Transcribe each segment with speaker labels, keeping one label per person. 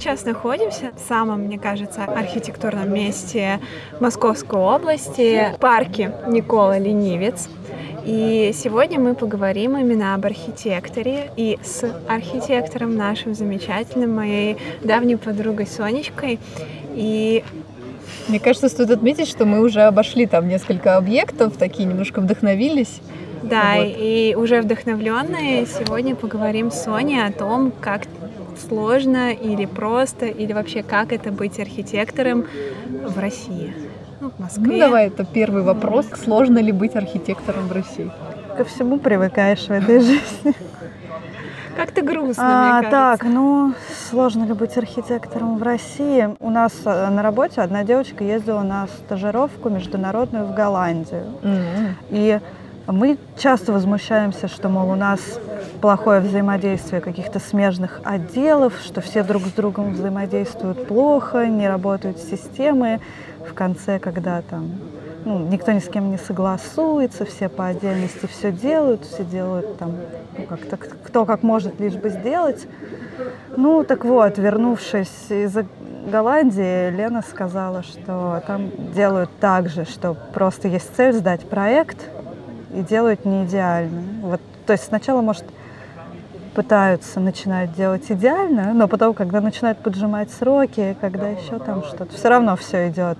Speaker 1: сейчас находимся в самом, мне кажется, архитектурном месте Московской области, в парке Никола Ленивец. И сегодня мы поговорим именно об архитекторе и с архитектором нашим замечательным, моей давней подругой Сонечкой. И
Speaker 2: мне кажется, стоит отметить, что мы уже обошли там несколько объектов, такие немножко вдохновились.
Speaker 1: Да, вот. И уже вдохновленные сегодня поговорим с Соней о том, как сложно или просто, или вообще как это быть архитектором в России, в Москве.
Speaker 2: Ну давай, это первый вопрос. Сложно ли быть архитектором в России?
Speaker 3: Ко всему привыкаешь в этой жизни.
Speaker 1: Как-то грустно, мне кажется.
Speaker 3: Сложно ли быть архитектором в России? У нас на работе одна девочка ездила на стажировку международную в Голландию. И мы часто возмущаемся, что, мол, у нас плохое взаимодействие каких-то смежных отделов, что все друг с другом взаимодействуют плохо, не работают системы. В конце, когда там никто ни с кем не согласуется, все по отдельности все делают там как-то кто как может, лишь бы сделать. Так вот, вернувшись из Голландии, Лена сказала, что там делают так же, что просто есть цель сдать проект и делают не идеально. То есть сначала, может, пытаются начинать делать идеально, но потом, когда начинают поджимать сроки, когда еще там что-то, все равно все идет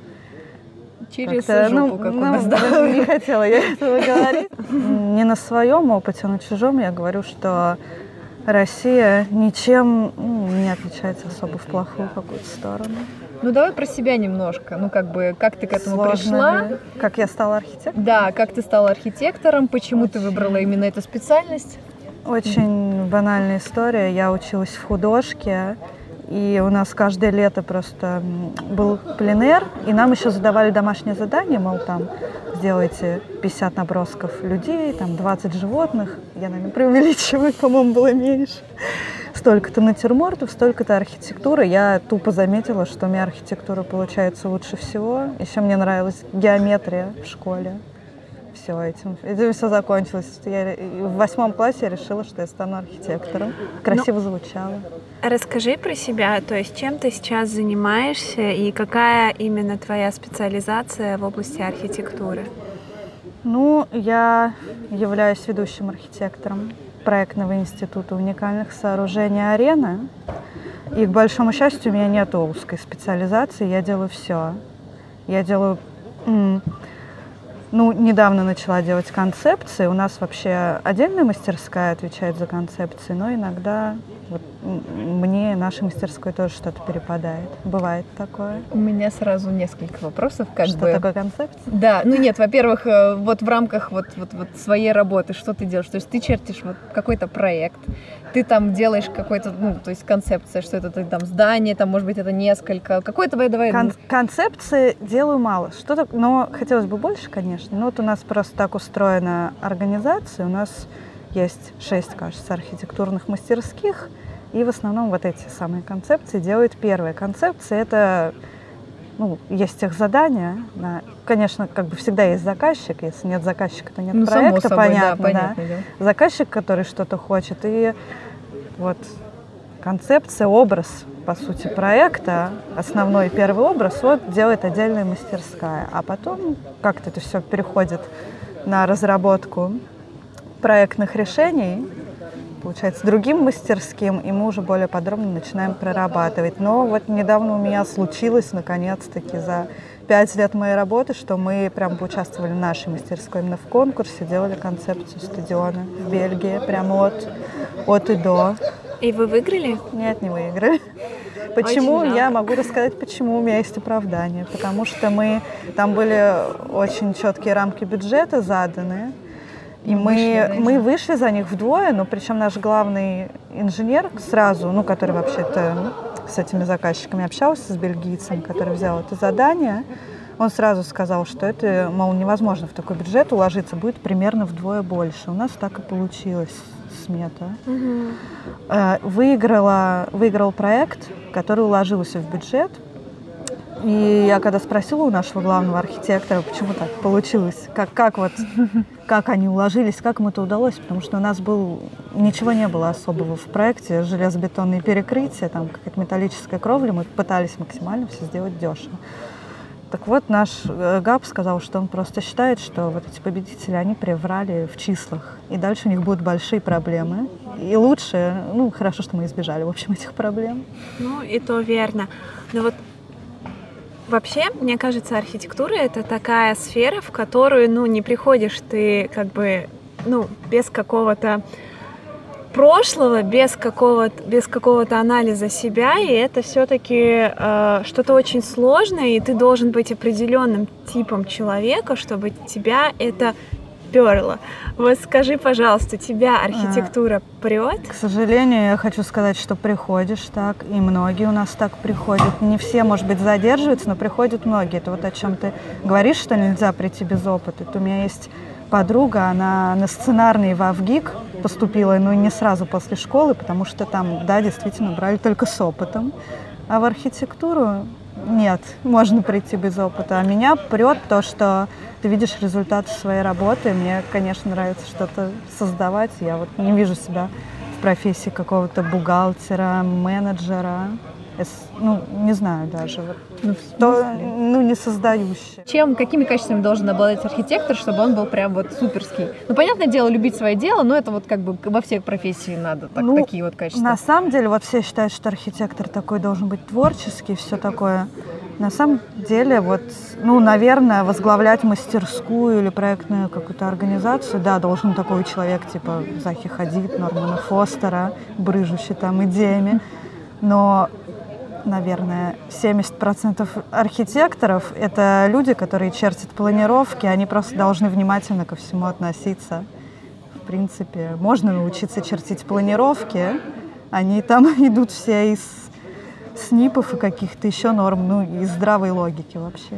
Speaker 2: через жопу, как у нас.
Speaker 3: Не хотела я этого говорить. Не на своем опыте, на чужом я говорю, что Россия ничем не отличается особо в плохую какую-то сторону.
Speaker 2: Давай про себя немножко. Как ты к этому пришла?
Speaker 3: Как я стала архитектором?
Speaker 2: Да, как ты стала архитектором, почему ты выбрала именно эту специальность?
Speaker 3: Очень банальная история. Я училась в художке, и у нас каждое лето просто был пленэр, и нам еще задавали домашнее задание, мол, там, сделайте 50 набросков людей, там, 20 животных. Я, наверное, преувеличиваю, по-моему, было меньше. Столько-то натюрмортов, столько-то архитектуры. Я тупо заметила, что у меня архитектура получается лучше всего. Еще мне нравилась геометрия в школе. Этим все закончилось. В 8 классе решила, что я стану архитектором. Красиво звучало.
Speaker 1: Расскажи про себя, то есть чем ты сейчас занимаешься и какая именно твоя специализация в области архитектуры?
Speaker 3: Я являюсь ведущим архитектором проектного института уникальных сооружений «Арена». И, к большому счастью, у меня нет узкой специализации, я делаю все. Я делаю... недавно начала делать концепции. У нас вообще отдельная мастерская отвечает за концепции, но иногда мне, нашей мастерской, тоже что-то перепадает. Бывает такое.
Speaker 2: У меня сразу несколько вопросов.
Speaker 3: Что такое концепция?
Speaker 2: Да, нет, во-первых, в рамках своей работы, что ты делаешь? То есть ты чертишь какой-то проект, ты там делаешь какой-то, то есть концепция, что это там здание, там, может быть, это несколько.
Speaker 3: Концепции делаю мало. Но хотелось бы больше, конечно. Но у нас просто так устроена организация. У нас есть 6, кажется, архитектурных мастерских. И в основном эти самые концепции делают первые. Концепции — это, есть техзадания. Да. Конечно, всегда есть заказчик. Если нет заказчика, то нет проекта,
Speaker 2: само собой,
Speaker 3: понятно.
Speaker 2: Да.
Speaker 3: Заказчик, который что-то хочет. И концепция, образ, по сути, проекта, основной первый образ, делает отдельная мастерская. А потом как-то это все переходит на разработку проектных решений, получается, другим мастерским, и мы уже более подробно начинаем прорабатывать. Но недавно у меня случилось, наконец-таки, за 5 лет моей работы, что мы прям поучаствовали в нашей мастерской именно в конкурсе, делали концепцию стадиона в Бельгии, прямо от и до.
Speaker 1: И вы выиграли?
Speaker 3: Нет, не выиграли. Почему? Я могу рассказать, почему. У меня есть оправдание. Потому что там были очень четкие рамки бюджета заданы. И мы вышли за них вдвое, но причем наш главный инженер сразу, который вообще-то с этими заказчиками общался, с бельгийцем, который взял это задание, он сразу сказал, что это, мол, невозможно в такой бюджет уложиться, будет примерно вдвое больше. У нас так и получилось. Смета. Выиграл проект, который уложился в бюджет. И я когда спросила у нашего главного архитектора, почему так получилось, как они уложились, как им это удалось, потому что у нас ничего не было особого в проекте, железобетонные перекрытия, там какая-то металлическая кровля, мы пытались максимально все сделать дешево. Так вот, наш ГАП сказал, что он просто считает, что вот эти победители, они приврали в числах, и дальше у них будут большие проблемы. И лучше, хорошо, что мы избежали, в общем, этих проблем.
Speaker 1: Ну, и то верно. Но вот вообще, мне кажется, архитектура — это такая сфера, в которую, не приходишь ты без какого-то прошлого, без какого-то анализа себя, и это все-таки что-то очень сложное, и ты должен быть определенным типом человека, чтобы тебя это перло. Вот скажи, пожалуйста, тебя архитектура прет?
Speaker 3: К сожалению, я хочу сказать, что приходишь так, и многие у нас так приходят. Не все, может быть, задерживаются, но приходят многие. Это вот о чем ты говоришь, что нельзя прийти без опыта. Это у меня есть подруга, она на сценарный в АВГИК поступила, но не сразу после школы, потому что там, да, действительно брали только с опытом. А в архитектуру нет, можно прийти без опыта. А меня прет то, что ты видишь результаты своей работы. Мне, конечно, нравится что-то создавать. Я вот не вижу себя в профессии какого-то бухгалтера, менеджера. Не знаю даже. Не создающий.
Speaker 2: Какими качествами должен обладать архитектор, чтобы он был прям вот суперский? Понятное дело, любить свое дело, но это вот как бы во всех профессиях надо такие вот качества.
Speaker 3: На самом деле, вот все считают, что архитектор такой должен быть творческий, все такое. На самом деле, наверное, возглавлять мастерскую или проектную какую-то организацию, да, должен такой человек, типа Захи Хадид, Нормана Фостера, брыжущий там идеями. Но, наверное, 70% архитекторов — это люди, которые чертят планировки, они просто должны внимательно ко всему относиться. В принципе, можно научиться чертить планировки, они там идут все из СНИПов и каких-то еще норм, из здравой логики вообще.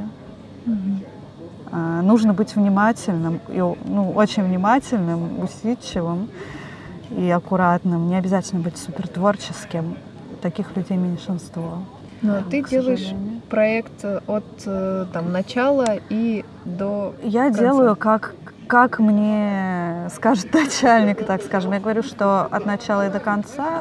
Speaker 3: Нужно быть внимательным, очень внимательным, усидчивым и аккуратным. Не обязательно быть супертворческим. Таких людей меньшинство.
Speaker 2: Но ты делаешь проект от начала и до
Speaker 3: Я
Speaker 2: конца.
Speaker 3: делаю, как мне скажет начальник, так скажем. Я говорю, что от начала и до конца,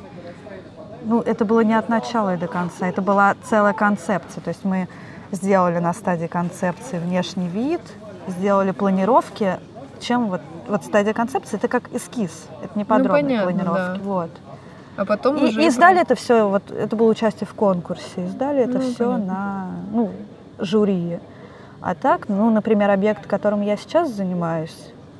Speaker 3: это было не от начала и до конца, это была целая концепция. То есть мы сделали на стадии концепции внешний вид, сделали планировки. Чем стадия концепции — это как эскиз, это не подробные планировки. Да. Вот.
Speaker 2: А потом
Speaker 3: и сдали это все, это было участие в конкурсе, сдали это все на жюри. А так, например, объект, которым я сейчас занимаюсь,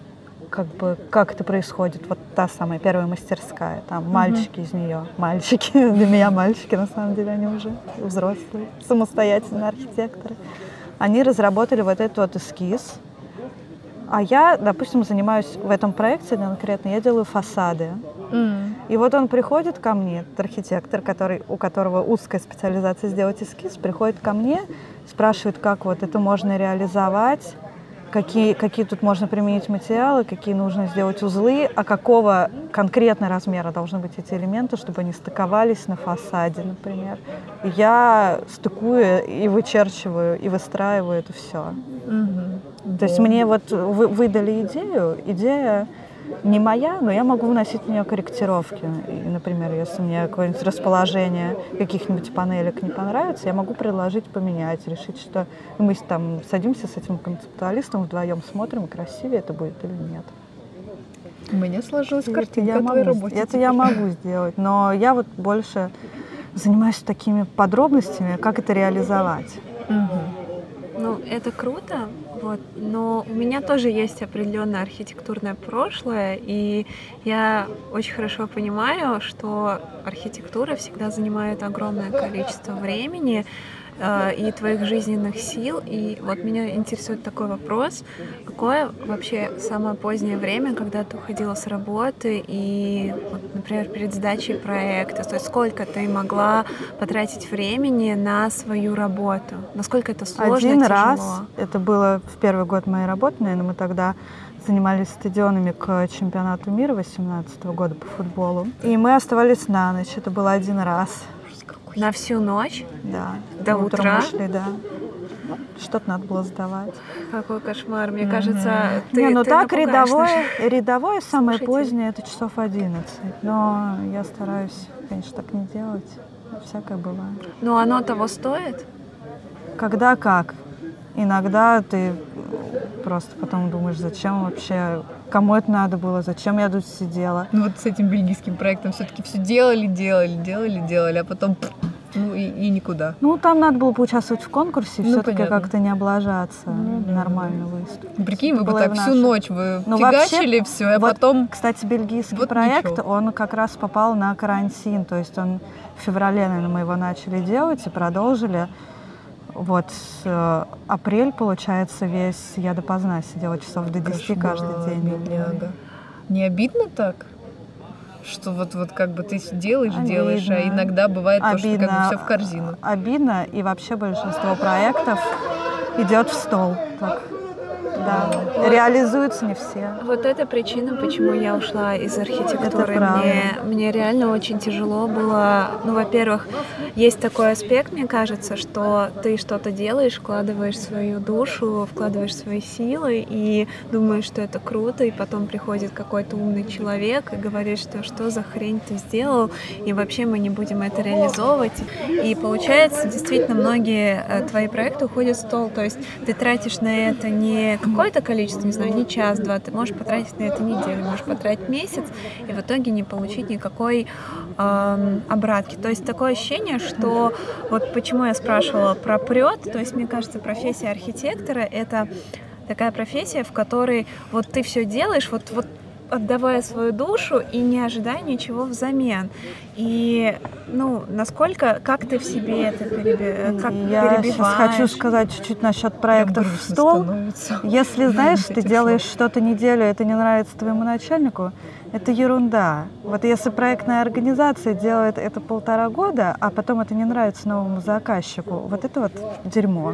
Speaker 3: как это происходит, вот та самая первая мастерская, там мальчики из нее, мальчики, для меня мальчики, на самом деле они уже взрослые, самостоятельные архитекторы, они разработали вот этот эскиз, а я, допустим, занимаюсь в этом проекте конкретно, я делаю фасады. И вот он приходит ко мне, этот архитектор, у которого узкая специализация сделать эскиз, приходит ко мне, спрашивает, как это можно реализовать, какие тут можно применить материалы, какие нужно сделать узлы, а какого конкретно размера должны быть эти элементы, чтобы они стыковались на фасаде, например. И я стыкую и вычерчиваю, и выстраиваю это все. То есть мне выдали идея не моя, но я могу вносить в нее корректировки. И, например, если мне какое-нибудь расположение каких-нибудь панелек не понравится, я могу предложить поменять, решить, что мы там садимся с этим концептуалистом вдвоем, смотрим, красивее это будет или нет.
Speaker 2: У меня сложилась картинка о твоей работе.
Speaker 3: Это я могу сделать, но я больше занимаюсь такими подробностями, как это реализовать.
Speaker 1: Это круто, но у меня тоже есть определенное архитектурное прошлое, и я очень хорошо понимаю, что архитектура всегда занимает огромное количество времени и твоих жизненных сил. И меня интересует такой вопрос: какое вообще самое позднее время, когда ты уходила с работы и, например, перед сдачей проекта, то есть сколько ты могла потратить времени на свою работу? Насколько это сложно,
Speaker 3: Один
Speaker 1: тяжело?
Speaker 3: раз, это было в первый год моей работы, наверное, мы тогда занимались стадионами к чемпионату мира 2018 года по футболу. И мы оставались на ночь, это был один раз.
Speaker 1: На всю ночь?
Speaker 3: Да.
Speaker 1: До
Speaker 3: Утром
Speaker 1: утра?
Speaker 3: ушли, да. Что-то надо было сдавать.
Speaker 1: Какой кошмар. Мне кажется, ты
Speaker 3: Не, ну
Speaker 1: ты
Speaker 3: так
Speaker 1: напугаешь
Speaker 3: рядовое самое
Speaker 1: Слушайте.
Speaker 3: позднее это часов 11. Но я стараюсь, конечно, так не делать. Всякое бывает.
Speaker 1: Но оно того стоит?
Speaker 3: Когда как. Иногда ты просто потом думаешь, зачем вообще, кому это надо было, зачем я тут сидела.
Speaker 2: Ну вот с этим бельгийским проектом все-таки все делали, а потом ну и никуда.
Speaker 3: Ну, там надо было поучаствовать в конкурсе,
Speaker 2: Ну,
Speaker 3: все-таки
Speaker 2: понятно.
Speaker 3: как-то не облажаться, нормально выступить.
Speaker 2: Прикинь, вы бы
Speaker 3: Было и
Speaker 2: так
Speaker 3: в
Speaker 2: всю
Speaker 3: нашем.
Speaker 2: ночь вы
Speaker 3: Ну,
Speaker 2: фигачили
Speaker 3: вообще,
Speaker 2: все, а
Speaker 3: вот,
Speaker 2: потом...
Speaker 3: Кстати, бельгийский
Speaker 2: вот
Speaker 3: проект,
Speaker 2: ничего.
Speaker 3: он как раз попал на карантин, то есть он в феврале, наверное, мы его начали делать и продолжили. Вот апрель, получается, весь я допоздна сидела часов до 10 каждый день.
Speaker 2: Бедняга. Не обидно так? Что вот как бы ты делаешь, а
Speaker 3: Обидно.
Speaker 2: иногда бывает то, что как бы
Speaker 3: Обидно.
Speaker 2: все в корзину.
Speaker 3: Обидно, и вообще большинство проектов идет в стол. Так. Да. Реализуются не все.
Speaker 1: Вот это причина, почему я ушла из архитектуры.
Speaker 3: Это правда.
Speaker 1: Мне реально очень тяжело было. Ну, во-первых, есть такой аспект, мне кажется, что ты что-то делаешь, вкладываешь свою душу, вкладываешь свои силы и думаешь, что это круто, и потом приходит какой-то умный человек и говорит, что за хрень ты сделал, и вообще мы не будем это реализовывать. И получается, действительно, многие твои проекты уходят в стол. То есть ты тратишь на это не какое-то количество, не знаю, не час-два, ты можешь потратить на это неделю, можешь потратить месяц, и в итоге не получить никакой обратки. То есть такое ощущение, что вот почему я спрашивала про прёт, то есть мне кажется, профессия архитектора — это такая профессия, в которой вот ты все делаешь, вот отдавая свою душу и не ожидая ничего взамен. И, ну, насколько, как ты в себе это
Speaker 3: Я сейчас хочу сказать чуть-чуть насчет проектов в стол.
Speaker 2: Становится.
Speaker 3: Если, знаешь, ты
Speaker 2: этих
Speaker 3: делаешь что-то неделю, это не нравится твоему начальнику, это ерунда. Вот если проектная организация делает это 1,5 года, а потом это не нравится новому заказчику, вот это вот дерьмо.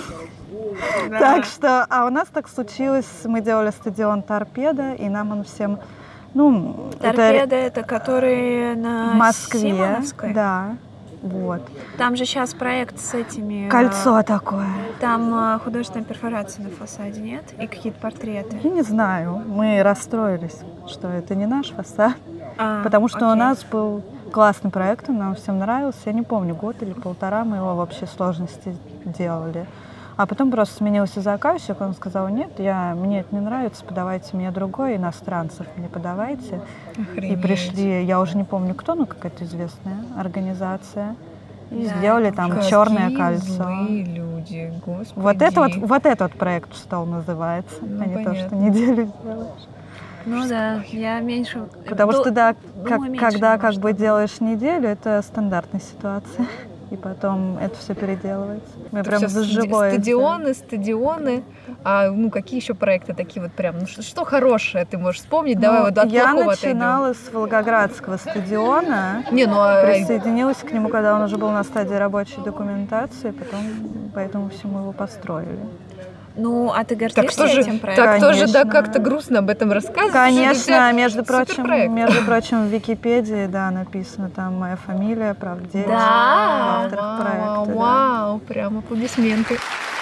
Speaker 1: Да.
Speaker 3: Так что, а у нас так случилось, мы делали стадион «Торпедо», и нам он всем, ну,
Speaker 1: Торпеда — это который на
Speaker 3: в Москве,
Speaker 1: Симоновской?
Speaker 3: да, вот.
Speaker 1: Там же сейчас проект с этими...
Speaker 3: Кольцо такое.
Speaker 1: Там художественная перфорация на фасаде, нет? И какие-то портреты.
Speaker 3: Я не знаю, мы расстроились, что это не наш фасад,
Speaker 1: А,
Speaker 3: потому что у
Speaker 1: окей.
Speaker 3: нас был классный проект, он нам всем нравился, я не помню, год или 1,5 мы его в общей сложности делали. А потом просто сменился заказчик, он сказал, нет, мне это не нравится, подавайте мне другой, иностранцев мне подавайте.
Speaker 2: Охренеть.
Speaker 3: И пришли, я уже не помню кто, но какая-то известная организация, и
Speaker 1: Да,
Speaker 3: сделали
Speaker 1: это
Speaker 3: там
Speaker 2: Какие
Speaker 3: черное кольцо.
Speaker 2: злые люди, господи.
Speaker 3: Вот этот вот проект «Стол» называется,
Speaker 2: Ну,
Speaker 3: а не то,
Speaker 2: понятно.
Speaker 3: что неделю сделаешь.
Speaker 1: Ну да, я меньше...
Speaker 3: Потому что, да,
Speaker 1: думаю, меньше
Speaker 3: когда как
Speaker 1: может
Speaker 3: бы
Speaker 1: быть.
Speaker 3: делаешь неделю, это стандартная ситуация. И потом это все переделывается. Мы
Speaker 2: Это
Speaker 3: прям
Speaker 2: всё
Speaker 3: за живое.
Speaker 2: стадионы. А ну какие еще проекты такие вот прям? Ну что хорошее ты можешь вспомнить? Давай вот от
Speaker 3: Я
Speaker 2: плохого отойдем.
Speaker 3: начинала с Волгоградского стадиона.
Speaker 2: Не, ну
Speaker 3: Присоединилась к нему, когда он уже был на стадии рабочей документации, потом поэтому всему его построили.
Speaker 1: Ну, а ты
Speaker 2: так
Speaker 1: гордишься
Speaker 2: тоже,
Speaker 1: этим проектом?
Speaker 2: так тоже, да,
Speaker 3: Конечно.
Speaker 2: как-то грустно об этом рассказывать.
Speaker 3: Конечно, между
Speaker 2: суперпроект.
Speaker 3: прочим, в Википедии, да, написано там моя фамилия, правда, девять
Speaker 1: Да?
Speaker 3: авторов проекта. да.
Speaker 2: Вау, прям аплодисменты.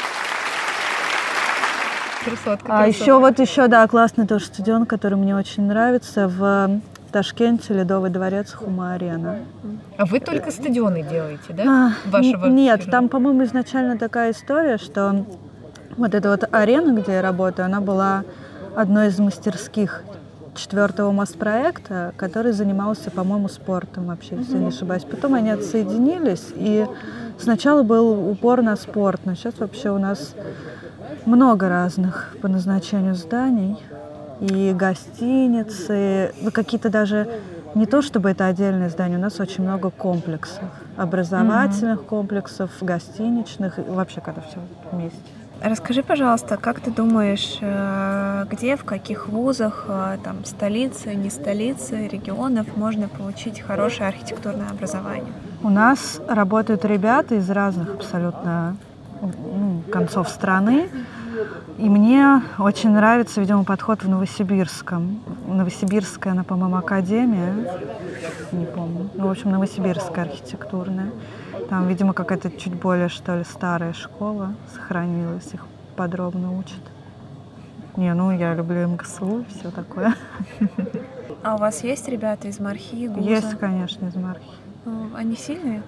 Speaker 2: Красотка,
Speaker 3: А
Speaker 2: красотка.
Speaker 3: еще, да, классный тоже стадион, который мне очень нравится, в Ташкенте Ледовый дворец Хума-Арена.
Speaker 2: А вы только стадионы делаете, да? Вашего
Speaker 3: Нет,
Speaker 2: фирмы?
Speaker 3: там, по-моему, изначально такая история, что вот эта вот арена, где я работаю, она была одной из мастерских 4-го Моспроекта, который занимался, по-моему, спортом вообще, если я не ошибаюсь. Потом они отсоединились, и сначала был упор на спорт, но сейчас вообще у нас много разных по назначению зданий, и гостиницы, ну, какие-то даже не то чтобы это отдельные здания, у нас очень много комплексов, образовательных комплексов, гостиничных, и вообще когда все вместе.
Speaker 1: Расскажи, пожалуйста, как ты думаешь, где, в каких вузах, там, столицы, не столицы, регионов можно получить хорошее архитектурное образование?
Speaker 3: У нас работают ребята из разных абсолютно концов страны, и мне очень нравится, видимо, подход в Новосибирском. Новосибирская, она, по-моему, академия. не помню. Ну, в общем, Новосибирская архитектурная. Там, видимо, какая-то чуть более, что ли, старая школа сохранилась, их подробно учат. Не, ну, я люблю МГСУ, все такое.
Speaker 1: А у вас есть ребята из МАРХИ, ГУЗа?
Speaker 3: Есть, конечно, из МАРХИ.
Speaker 1: Они сильные?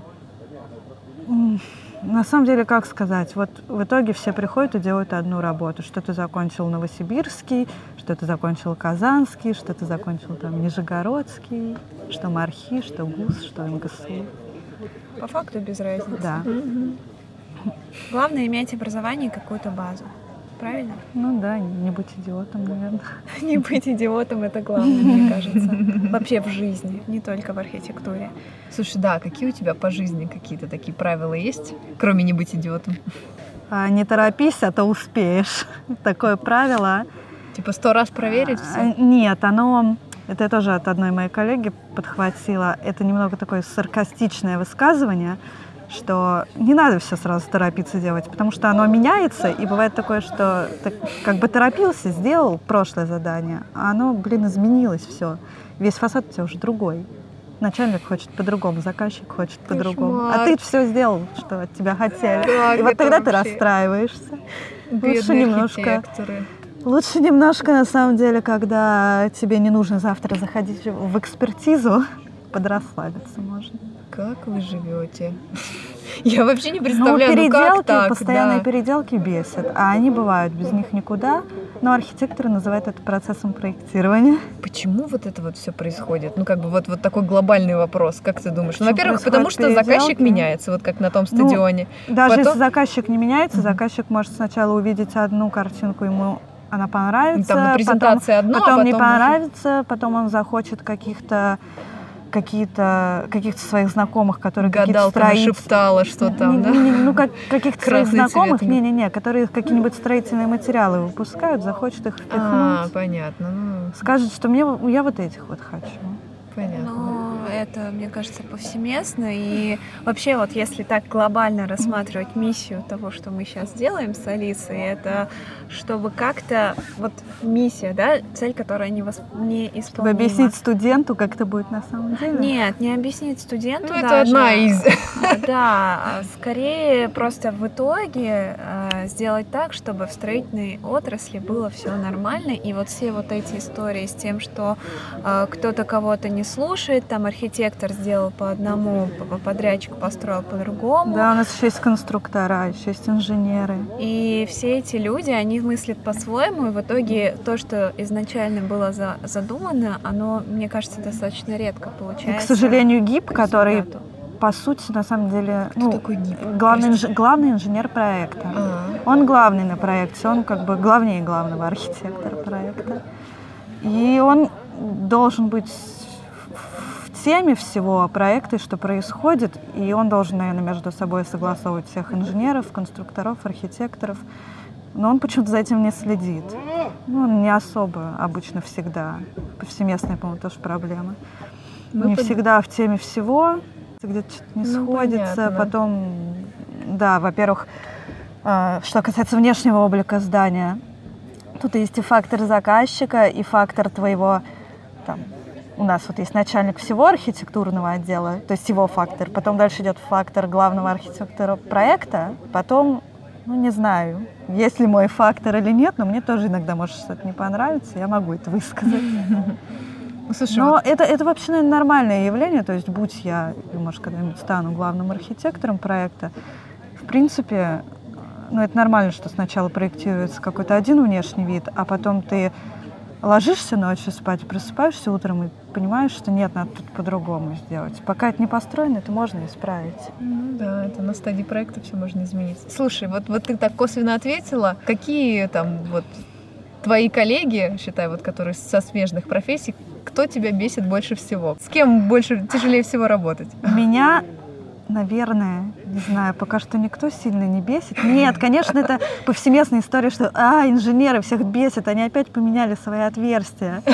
Speaker 3: На самом деле, как сказать, вот в итоге все приходят и делают одну работу. Что ты закончил Новосибирский, что ты закончил Казанский, что ты закончил там Нижегородский, что МАРХИ, что ГУЗ, что МГСУ.
Speaker 1: По факту без разницы.
Speaker 3: Да.
Speaker 1: Главное иметь образование и какую-то базу. Правильно?
Speaker 3: Ну да, не быть идиотом, наверное.
Speaker 1: Не быть идиотом — это главное, мне кажется. Вообще в жизни, не только в архитектуре.
Speaker 2: Слушай, да, какие у тебя по жизни какие-то такие правила есть, кроме не быть идиотом?
Speaker 3: Не торопись, а то успеешь. Такое правило.
Speaker 2: Типа 100 раз проверить все?
Speaker 3: Нет, это я тоже от одной моей коллеги подхватила. Это немного такое саркастичное высказывание, что не надо все сразу торопиться делать, потому что оно меняется, и бывает такое, что ты как бы торопился, сделал прошлое задание, а оно, изменилось все. Весь фасад у тебя уже другой. Начальник хочет по-другому, заказчик хочет по-другому. А ты все сделал, что от тебя хотели.
Speaker 2: Так,
Speaker 3: и вот тогда
Speaker 2: вообще...
Speaker 3: ты расстраиваешься.
Speaker 2: Бедные архитекторы.
Speaker 3: Лучше немножко, на самом деле, когда тебе не нужно завтра заходить в экспертизу, подрасслабиться можно.
Speaker 2: Как вы живете? Я вообще не представляю,
Speaker 3: переделки,
Speaker 2: как так?
Speaker 3: Постоянные переделки бесят, а они бывают, без них никуда. Но архитекторы называют это процессом проектирования.
Speaker 2: Почему вот это вот все происходит? Ну, как бы вот такой глобальный вопрос, как ты думаешь? Ну, во-первых, потому что
Speaker 3: переделки?
Speaker 2: заказчик меняется, вот как на том стадионе.
Speaker 3: Даже если заказчик не меняется, заказчик может сначала увидеть одну картинку, ему она понравится,
Speaker 2: там на презентации
Speaker 3: потом не понравится, потом он захочет каких-то своих знакомых, которые
Speaker 2: гадалка нашептала, что там, да?
Speaker 3: Каких-то своих знакомых, которые какие-нибудь строительные материалы выпускают, захочет их впихнуть.
Speaker 2: Понятно.
Speaker 3: Скажет, что я вот этих вот хочу.
Speaker 2: Понятно.
Speaker 1: Но это, мне кажется, повсеместно. И вообще, вот если так глобально рассматривать миссию того, что мы сейчас делаем с Алисой, это чтобы как-то, вот миссия, да, цель, которая не исполнима.
Speaker 3: Чтобы объяснить студенту, как это будет на самом деле?
Speaker 1: Нет, не объяснить студенту даже.
Speaker 2: Это одна из...
Speaker 1: Да, скорее просто в итоге сделать так, чтобы в строительной отрасли было все нормально. И вот все вот эти истории с тем, что кто-то кого-то не слушает, там архитектор сделал по одному, подрядчик построил по-другому.
Speaker 3: Да, у нас еще есть конструктора, еще есть инженеры.
Speaker 1: И все эти люди, они мыслят по-своему, и в итоге то, что изначально было задумано, оно, мне кажется, достаточно редко получается.
Speaker 3: И, к сожалению, ГИП, который, по сути, на самом деле...
Speaker 2: Кто такой ГИП?
Speaker 3: Главный инженер проекта. Он главный на проекте, он как бы главнее главного архитектора проекта. И он должен быть в теме всего проекта, что происходит, и он должен, наверное, между собой согласовывать всех инженеров, конструкторов, архитекторов, но он почему-то за этим не следит. Он не особо обычно всегда. Повсеместная, по-моему, тоже проблема. Не всегда в теме всего, где-то что-то не сходится,
Speaker 2: понятно.
Speaker 3: Потом, да, во-первых, что касается внешнего облика здания, тут есть и фактор заказчика, и фактор твоего, там, у нас вот есть начальник всего архитектурного отдела, то есть его фактор, потом дальше идет фактор главного архитектора проекта, потом, не знаю, есть ли мой фактор или нет, но мне тоже иногда может что-то не понравиться, я могу это высказать.
Speaker 2: Слушай,
Speaker 3: но это вообще, наверное, нормальное явление, то есть будь я, может, когда-нибудь стану главным архитектором проекта, в принципе, это нормально, что сначала проектируется какой-то один внешний вид, а потом ты ложишься ночью спать, просыпаешься утром и понимаешь, что нет, надо тут по-другому сделать. Пока это не построено, это можно исправить.
Speaker 2: Да, это на стадии проекта все можно изменить. Слушай, вот ты так косвенно ответила. Какие там вот твои коллеги, считай, вот которые со смежных профессий, кто тебя бесит больше всего? С кем тяжелее всего работать?
Speaker 3: Меня, наверное, не знаю, пока что никто сильно не бесит. Нет, конечно, это повсеместная история, что инженеры всех бесят, они опять поменяли свои отверстия.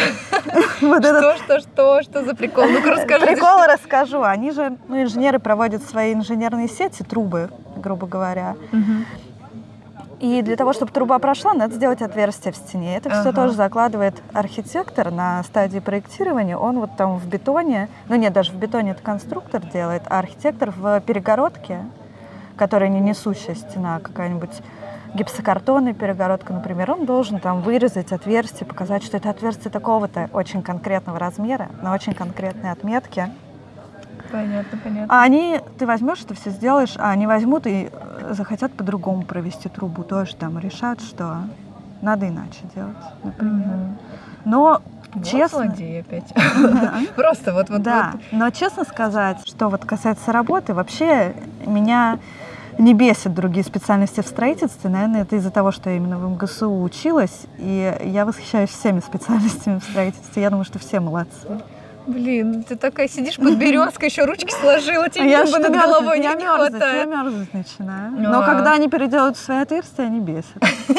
Speaker 2: Что за прикол? Ну-ка расскажи.
Speaker 3: Прикол расскажу. Они же, инженеры проводят свои инженерные сети, трубы, грубо говоря. И для того, чтобы труба прошла, надо сделать отверстие в стене. Это все тоже закладывает архитектор на стадии проектирования. Он вот там в бетоне, ну нет, даже в бетоне это конструктор делает, а архитектор в перегородке, которая не несущая стена, какая-нибудь гипсокартонная перегородка, например, он должен там вырезать отверстие, показать, что это отверстие такого-то очень конкретного размера, на очень конкретной отметке.
Speaker 2: Понятно.
Speaker 3: А ты возьмешь это все сделаешь, а они возьмут и захотят по-другому провести трубу, тоже там решат, что надо иначе делать, например. Но честно...
Speaker 2: Злодей опять. Просто вот.
Speaker 3: Да, но честно сказать, что вот касается работы, вообще меня не бесят другие специальности в строительстве. Наверное, это из-за того, что я именно в МГСУ училась, и я восхищаюсь всеми специальностями в строительстве. Я думаю, что все молодцы.
Speaker 2: Блин, ты такая сидишь под березкой, еще ручки сложила, тебе небо над головой не хватает.
Speaker 3: Я мерзнуть начинаю. Но когда они переделают свои отверстия, они бесят.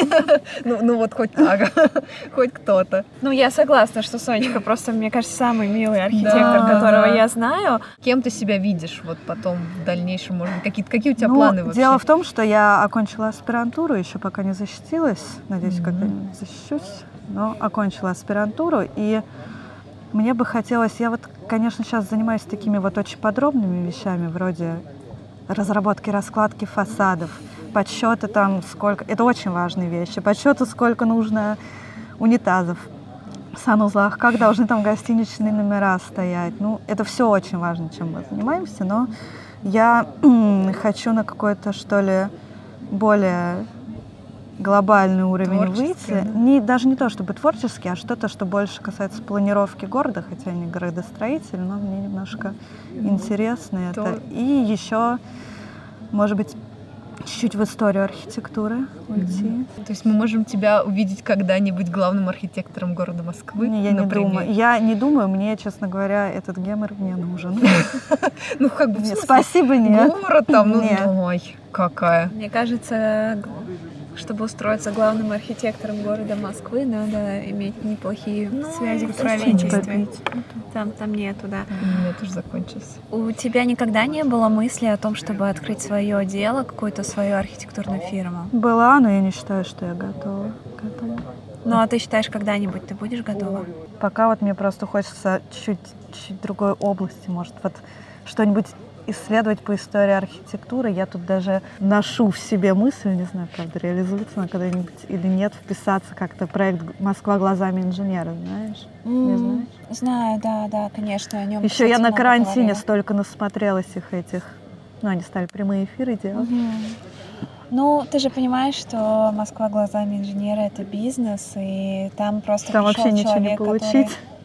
Speaker 2: Ну вот хоть так, хоть кто-то.
Speaker 1: Ну, я согласна, что Сонечка просто, мне кажется, самый милый архитектор, которого я знаю.
Speaker 2: Кем ты себя видишь вот потом в дальнейшем, может быть, какие у тебя планы вообще?
Speaker 3: Дело в том, что я окончила аспирантуру, еще пока не защитилась, надеюсь, когда-нибудь защищусь, но окончила аспирантуру, и мне бы хотелось, я вот, конечно, сейчас занимаюсь такими вот очень подробными вещами, вроде разработки, раскладки фасадов, подсчета там сколько, это очень важные вещи, подсчета сколько нужно унитазов в санузлах, как должны там гостиничные номера стоять. Ну, это все очень важно, чем мы занимаемся, но я хочу на какой-то, что ли, более глобальный уровень выйти. Даже не то, чтобы творческий, а что-то, что больше касается планировки города, хотя я не градостроитель, но мне немножко интересно это. И еще, может быть, чуть-чуть в историю архитектуры уйти.
Speaker 2: То есть мы можем тебя увидеть когда-нибудь главным архитектором города Москвы?
Speaker 3: Я не думаю. Я не думаю, мне, честно говоря, этот гемор мне нужен.
Speaker 2: Ну, как бы,
Speaker 3: спасибо, нет.
Speaker 2: Город там, ой, какая.
Speaker 1: Мне кажется, чтобы устроиться главным архитектором города Москвы, надо иметь неплохие связи в правительстве. Там нету, да.
Speaker 2: У меня тоже закончилось.
Speaker 1: У тебя никогда не было мысли о том, чтобы открыть свое дело, какую-то свою архитектурную фирму?
Speaker 3: Была, но я не считаю, что я готова к этому.
Speaker 1: Ну, а ты считаешь, когда-нибудь ты будешь готова?
Speaker 3: Пока вот мне просто хочется чуть другой области, может, вот что-нибудь исследовать по истории архитектуры. Я тут даже ношу в себе мысль, не знаю, правда, реализуется она когда-нибудь или нет, вписаться как-то в проект «Москва глазами инженера», знаешь? Не знаешь?
Speaker 1: Знаю, да, конечно. О нем,
Speaker 3: еще я на карантине столько насмотрелась этих, они стали прямые эфиры делать.
Speaker 1: Ну, ты же понимаешь, что «Москва глазами инженера» — это бизнес, и там просто
Speaker 3: там
Speaker 1: пришел
Speaker 3: вообще ничего
Speaker 1: человек,
Speaker 3: не получить.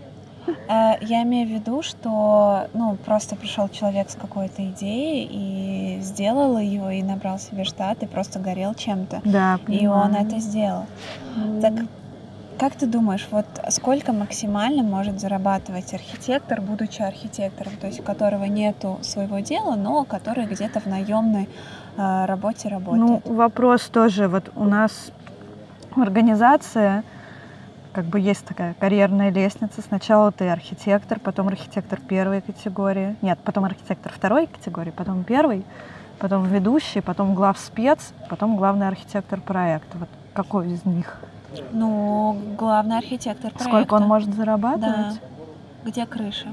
Speaker 1: Я имею в виду, что, просто пришел человек с какой-то идеей и сделал ее, и набрал себе штат, и просто горел чем-то.
Speaker 3: Да,
Speaker 1: и он это сделал. Так, как ты думаешь, вот сколько максимально может зарабатывать архитектор, будучи архитектором, то есть у которого нету своего дела, но который где-то в наемной работе работает?
Speaker 3: Вопрос тоже, вот у нас в организации как бы есть такая карьерная лестница. Сначала ты архитектор, потом архитектор первой категории. Нет, потом архитектор второй категории, потом первый, потом ведущий, потом главспец, потом главный архитектор проекта. Вот какой из них?
Speaker 1: Главный архитектор проекта.
Speaker 3: Сколько он может зарабатывать?
Speaker 1: Да. Где крыша?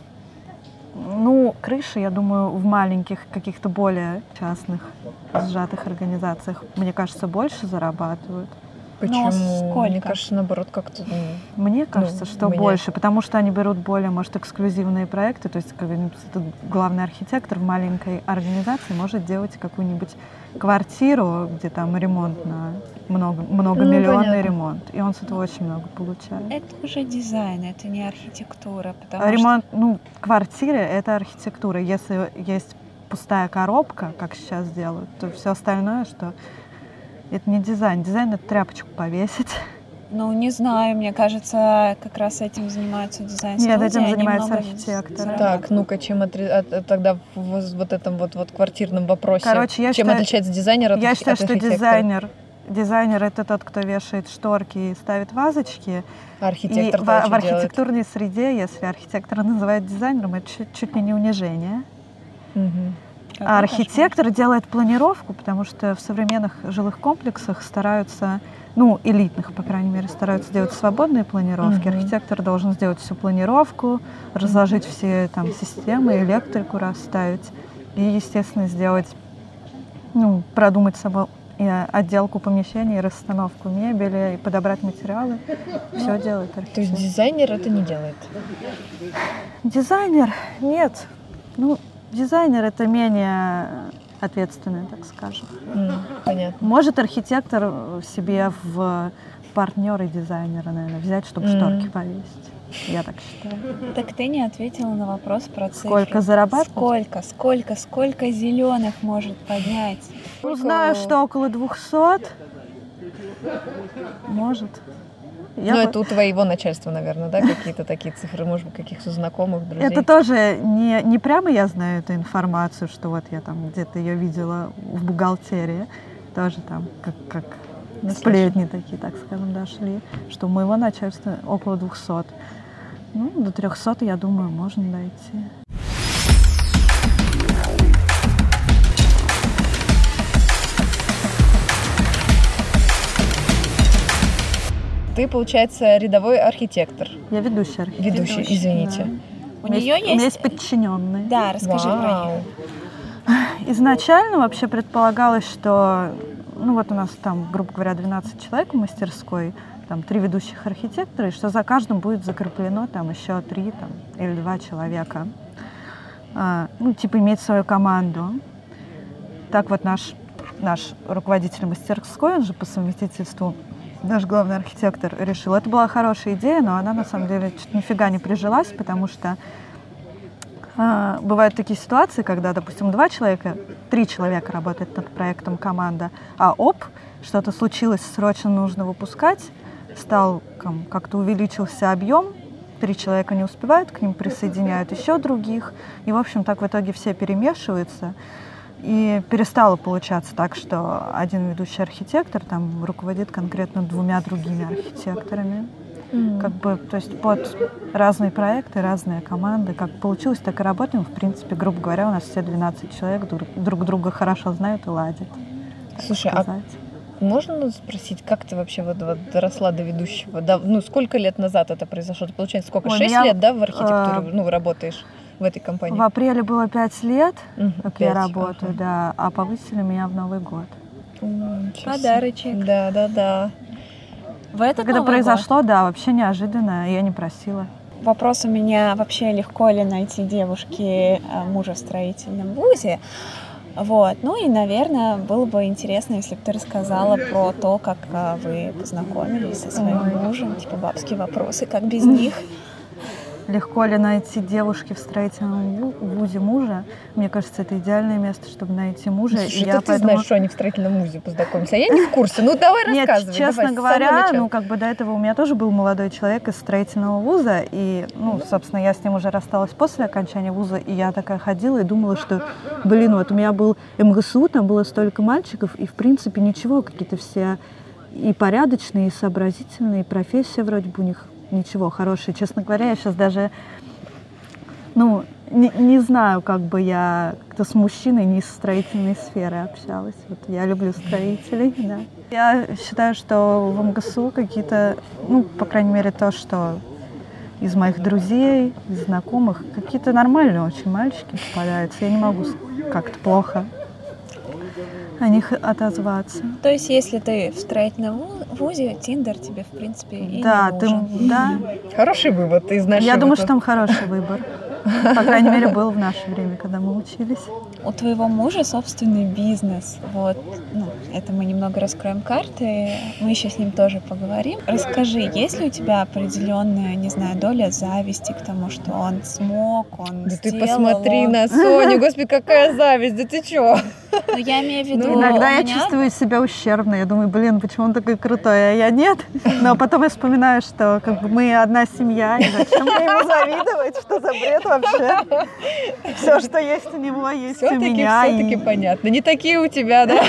Speaker 3: Крыша, я думаю, в маленьких, каких-то более частных, сжатых организациях, мне кажется, больше зарабатывают.
Speaker 2: Почему?
Speaker 1: Сколько?
Speaker 2: Мне кажется, наоборот, как-то...
Speaker 3: Мне кажется, что больше, потому что они берут более, может, эксклюзивные проекты, то есть главный архитектор в маленькой организации может делать какую-нибудь квартиру, где там ремонт на многомиллионный ремонт, и он с этого очень много получает.
Speaker 1: Это уже дизайн, это не архитектура,
Speaker 3: ремонт, квартиры — это архитектура. Если есть пустая коробка, как сейчас делают, то все остальное, что... Это не дизайн. Дизайн — это тряпочку повесить.
Speaker 1: Не знаю, мне кажется, как раз этим занимаются дизайн-студии.
Speaker 3: Нет, этим занимаются архитекторы.
Speaker 2: Так, чем тогда в этом квартирном вопросе, чем отличается дизайнер от архитектора?
Speaker 3: Я считаю, что дизайнер — это тот, кто вешает шторки и ставит вазочки.
Speaker 2: Архитектор
Speaker 3: в архитектурной среде, если архитектора называют дизайнером, это чуть ли не унижение. А архитектор делает планировку, потому что в современных жилых комплексах стараются, ну, элитных, по крайней мере, стараются делать свободные планировки. Архитектор должен сделать всю планировку, разложить все там системы, электрику расставить и, естественно, сделать, ну, продумать собой и отделку помещений, расстановку мебели, и подобрать материалы. Все делает архитектор.
Speaker 2: То есть дизайнер это не делает?
Speaker 3: Дизайнер? Нет. Ну, дизайнер это менее ответственный, так скажем.
Speaker 2: Понятно.
Speaker 3: Может архитектор себе в партнеры дизайнера, наверное, взять, чтобы шторки повесить. Я так считаю.
Speaker 1: Так ты не ответила на вопрос про цифры.
Speaker 3: Сколько зарабатывать?
Speaker 1: Сколько зеленых может поднять?
Speaker 3: Ну, знаю, что около 200. Может.
Speaker 2: Ну, это у твоего начальства, наверное, да, какие-то такие цифры, может быть, каких-то знакомых, друзей?
Speaker 3: Это тоже не прямо я знаю эту информацию, что вот я там где-то ее видела в бухгалтерии. Тоже там как сплетни такие, так скажем, дошли, что у моего начальства около 200. Ну, до 300, я думаю, можно дойти.
Speaker 2: Ты, получается, рядовой архитектор.
Speaker 3: Я ведущий архитектор.
Speaker 2: Ведущий, извините.
Speaker 3: Да.
Speaker 1: У нее
Speaker 3: меня есть подчиненные.
Speaker 1: Да, расскажи про них.
Speaker 3: Изначально вообще предполагалось, что, ну вот у нас там, грубо говоря, 12 человек в мастерской, там 3 ведущих архитектора, и что за каждым будет закреплено там еще 3 там, или 2 человека. Ну, типа иметь свою команду. Так вот наш руководитель мастерской, он же по совместительству наш главный архитектор, решил. Это была хорошая идея, но она на самом деле чуть нифига не прижилась, потому что бывают такие ситуации, когда, допустим, 3 человека работают над проектом команда, а что-то случилось, срочно нужно выпускать, как-то увеличился объем, 3 человека не успевают, к ним присоединяют еще других, и, в общем, так в итоге все перемешиваются. И перестало получаться так, что один ведущий архитектор там руководит конкретно 2 другими архитекторами. Как бы, то есть под разные проекты, разные команды. Как получилось, так и работаем. В принципе, грубо говоря, у нас все 12 человек друг друга хорошо знают и ладят.
Speaker 2: Слушай, а можно спросить, как ты вообще вот доросла до ведущего? Да, ну, сколько лет назад это произошло? Ты, получается, сколько? 6 лет, да, в архитектуре работаешь в этой компании?
Speaker 3: В апреле было 5 лет, как
Speaker 2: 5,
Speaker 3: я работаю, да, а повысили меня в Новый год.
Speaker 1: Подарочек.
Speaker 2: Да.
Speaker 1: В этот
Speaker 3: Когда
Speaker 1: Новый
Speaker 3: произошло, да, вообще неожиданно, я не просила.
Speaker 1: Вопрос у меня вообще, легко ли найти девушке мужа в строительном вузе. Вот. Ну и, наверное, было бы интересно, если бы ты рассказала про то, как вы познакомились со своим мужем, типа бабские вопросы, как без них.
Speaker 3: Легко ли найти девушки в строительном вузе мужа? Мне кажется, это идеальное место, чтобы найти мужа.
Speaker 2: Слушай, ты знаешь, что они в строительном вузе познакомились, а я не в курсе. Ну, давай рассказывай.
Speaker 3: Нет, честно говоря, до этого у меня тоже был молодой человек из строительного вуза, и, собственно, я с ним уже рассталась после окончания вуза, и я такая ходила и думала, что, вот у меня был МГСУ, там было столько мальчиков, и, в принципе, ничего, какие-то все и порядочные, и сообразительные, и профессия вроде бы у них ничего, хорошие. Честно говоря, я сейчас даже, не знаю, как бы я как-то с мужчиной не из строительной сферы общалась. Вот я люблю строителей, да. Я считаю, что в МГСУ какие-то, по крайней мере, то, что из моих друзей, из знакомых, какие-то нормальные очень мальчики попадаются. Я не могу как-то плохо о них отозваться.
Speaker 1: То есть, если ты в строительном вузе, Тиндер тебе, в принципе, и
Speaker 3: да,
Speaker 1: не нужен.
Speaker 3: Да.
Speaker 2: Хороший вывод из нашего.
Speaker 3: Я думаю, что там хороший выбор. По крайней мере, был в наше время, когда мы учились.
Speaker 1: У твоего мужа собственный бизнес. Вот, это мы немного раскроем карты. Мы еще с ним тоже поговорим. Расскажи, есть ли у тебя определенная, не знаю, доля зависти к тому, что он смог, он
Speaker 2: да
Speaker 1: сделал?
Speaker 2: Ты посмотри на Соню, господи, какая зависть, да ты чё?
Speaker 1: Ну, я имею в виду...
Speaker 3: Иногда я чувствую себя ущербно. Я думаю, почему он такой крутой, а я нет. Но потом я вспоминаю, что мы одна семья, и зачем мне ему завидовать? Что за бред вообще? Все, что есть у него, есть у меня.
Speaker 2: Все-таки понятно. Не такие у тебя, да?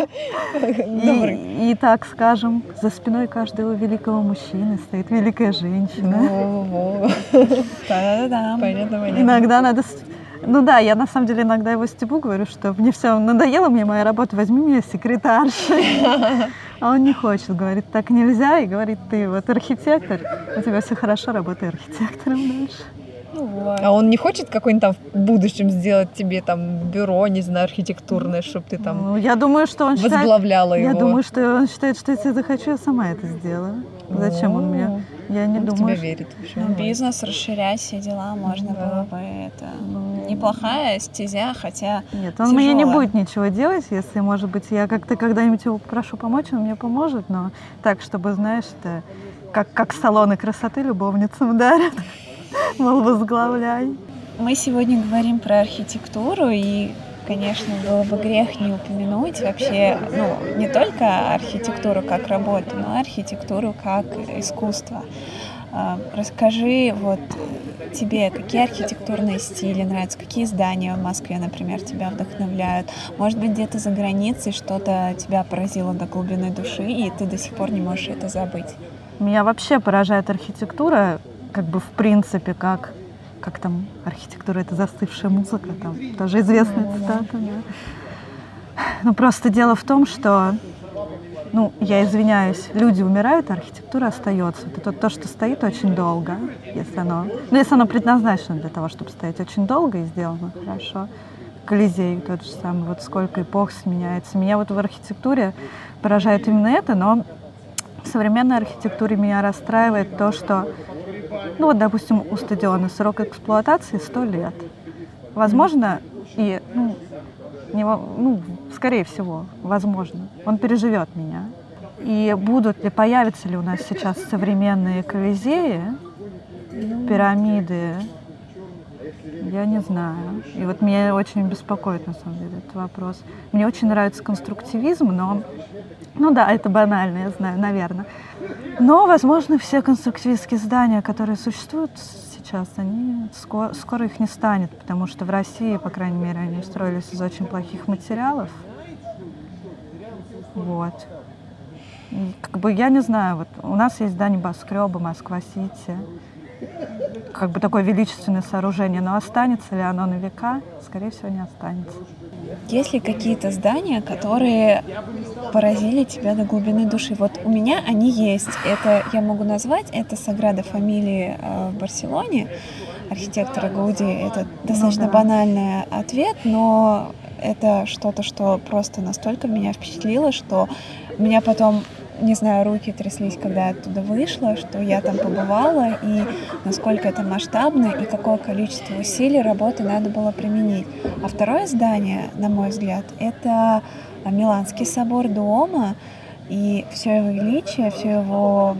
Speaker 3: И так скажем, за спиной каждого великого мужчины стоит великая женщина.
Speaker 1: Да-да-да.
Speaker 2: Понятно.
Speaker 3: Иногда надо Ну да, я на самом деле иногда его стебу, говорю, что мне все надоело, мне моя работа, возьми меня секретаршей. А он не хочет, говорит, так нельзя, и говорит, ты вот архитектор, у тебя все хорошо, работай архитектором дальше.
Speaker 1: Ну вот.
Speaker 2: А он не хочет какой-нибудь там в будущем сделать тебе там бюро, не знаю, архитектурное, чтобы ты там
Speaker 3: Ну, я думаю, что он
Speaker 2: возглавляла его?
Speaker 3: Я думаю, что он считает, что если захочу, я сама это сделаю. Зачем он мне? Я не
Speaker 2: Он в
Speaker 3: думаю.
Speaker 2: тебя верит. В общем,
Speaker 1: Ну,
Speaker 2: нормально.
Speaker 1: бизнес, расширять все дела, можно
Speaker 2: Да.
Speaker 1: было бы это. Неплохая стезя, хотя
Speaker 3: Нет, он мне не
Speaker 1: тяжелая.
Speaker 3: будет ничего делать, если, может быть, я как-то когда-нибудь его попрошу помочь, он мне поможет, но так, чтобы, знаешь, это как салоны красоты любовницам дарят. Мол, возглавляй.
Speaker 1: Мы сегодня говорим про архитектуру, и, конечно, было бы грех не упомянуть вообще, ну, не только архитектуру как работу, но и архитектуру как искусство. Расскажи вот тебе, какие архитектурные стили нравятся, какие здания в Москве, например, тебя вдохновляют. Может быть, где-то за границей что-то тебя поразило до глубины души, и ты до сих пор не можешь это забыть.
Speaker 3: Меня вообще поражает архитектура, как бы в принципе, как там архитектура — это застывшая музыка, там тоже известная цитата. Да. Но просто дело в том, что, ну, я извиняюсь, люди умирают, а архитектура остается. Это то, что стоит очень долго, если оно предназначено для того, чтобы стоять очень долго и сделано хорошо. Колизей тот же самый, вот сколько эпох сменяется. Меня вот в архитектуре поражает именно это, но в современной архитектуре меня расстраивает то, что, ну вот, допустим, у стадиона срок эксплуатации 100 лет. Возможно, и, скорее всего, возможно, он переживет меня. И появятся ли у нас сейчас современные колизеи, пирамиды, я не знаю. И вот меня очень беспокоит, на самом деле, этот вопрос. Мне очень нравится конструктивизм, но, ну да, это банально, я знаю, наверное. Но, возможно, все конструктивистские здания, которые существуют сейчас, они скоро их не станет, потому что в России, по крайней мере, они строились из очень плохих материалов. Вот. И, как бы, я не знаю, вот у нас есть здание небоскреба, Москва-Сити, как бы такое величественное сооружение, но останется ли оно на века? Скорее всего, не останется.
Speaker 1: Есть ли какие-то здания, которые поразили тебя до глубины души? Вот у меня они есть. Это я могу назвать, это Саграда Фамилия в Барселоне, архитектора Гауди. Это достаточно банальный ответ, но это что-то, что просто настолько меня впечатлило, что у меня потом, не знаю, руки тряслись, когда я оттуда вышла, что я там побывала, и насколько это масштабно, и какое количество усилий, работы надо было применить. А второе здание, на мой взгляд, это Миланский собор Дуомо, и все его величие, все его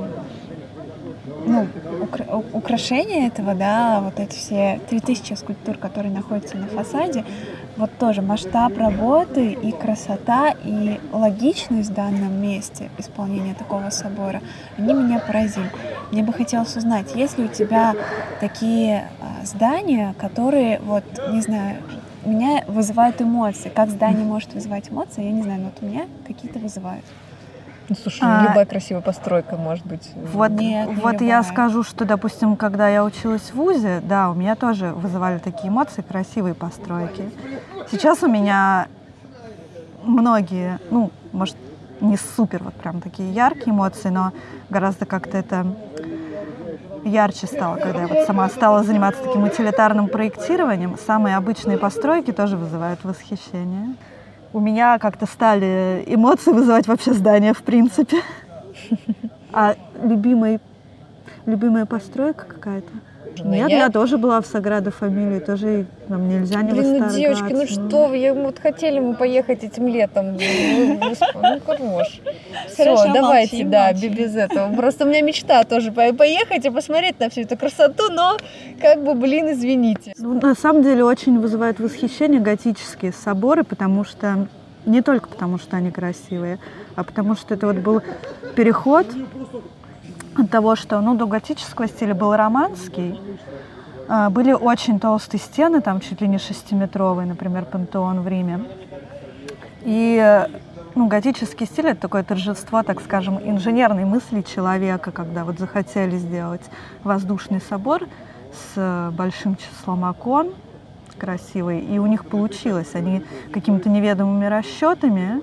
Speaker 1: украшение этого, да, вот эти все 3000 скульптур, которые находятся на фасаде, вот тоже масштаб работы и красота, и логичность в данном месте исполнения такого собора, они меня поразили. Мне бы хотелось узнать, есть ли у тебя такие здания, которые, вот, не знаю, меня вызывают эмоции. Как здание может вызывать эмоции, я не знаю, но вот у меня какие-то вызывают.
Speaker 2: Ну, слушай, любая красивая постройка может быть.
Speaker 3: Вот,
Speaker 1: Нет,
Speaker 3: вот я скажу, что, допустим, когда я училась в ВУЗе, да, у меня тоже вызывали такие эмоции, красивые постройки. Сейчас у меня многие, ну, может, не супер вот прям такие яркие эмоции, но гораздо как-то это ярче стало, когда я вот сама стала заниматься таким утилитарным проектированием. Самые обычные постройки тоже вызывают восхищение. У меня как-то стали эмоции вызывать вообще здания, в принципе. А любимая постройка какая-то? Нет, я тоже была в Саграда Фамилии, тоже нам нельзя не восторгаться.
Speaker 2: Девочки, ну что вы, вот хотели мы поехать этим летом. Ну, хорош. Все, давайте, да, без этого. Просто у меня мечта тоже поехать и посмотреть на всю эту красоту, но как бы, извините.
Speaker 3: Ну, на самом деле очень вызывают восхищение готические соборы, потому что не только потому, что они красивые, а потому что это вот был переход от того, что, до готического стиля был романский, были очень толстые стены, там чуть ли не 6-метровые, например, Пантеон в Риме. И готический стиль — это такое торжество, так скажем, инженерной мысли человека, когда вот захотели сделать воздушный собор с большим числом окон, красивый, и у них получилось. Они какими-то неведомыми расчетами,